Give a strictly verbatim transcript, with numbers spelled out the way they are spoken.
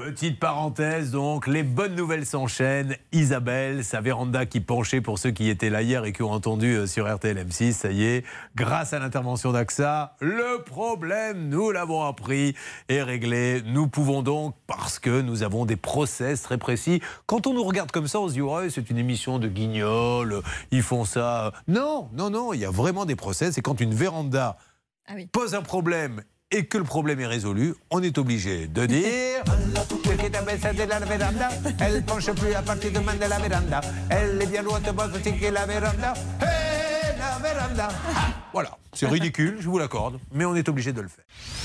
Petite parenthèse donc, les bonnes nouvelles s'enchaînent. Isabelle, sa véranda qui penchait pour ceux qui étaient là hier et qui ont entendu sur R T L M six, ça y est, grâce à l'intervention d'Axa, le problème, nous l'avons appris, est réglé. Nous pouvons donc, parce que nous avons des process très précis, quand on nous regarde comme ça, on se dit ouais, c'est une émission de guignols, ils font ça. Non, non, non, il y a vraiment des process et quand une véranda ah oui. pose un problème et que le problème est résolu, on est obligé de dire elle penche plus à partir de man de la véranda. Elle est bien loin de bas que la véranda. Hey, la véranda. Voilà, c'est ridicule, je vous l'accorde, mais on est obligé de le faire.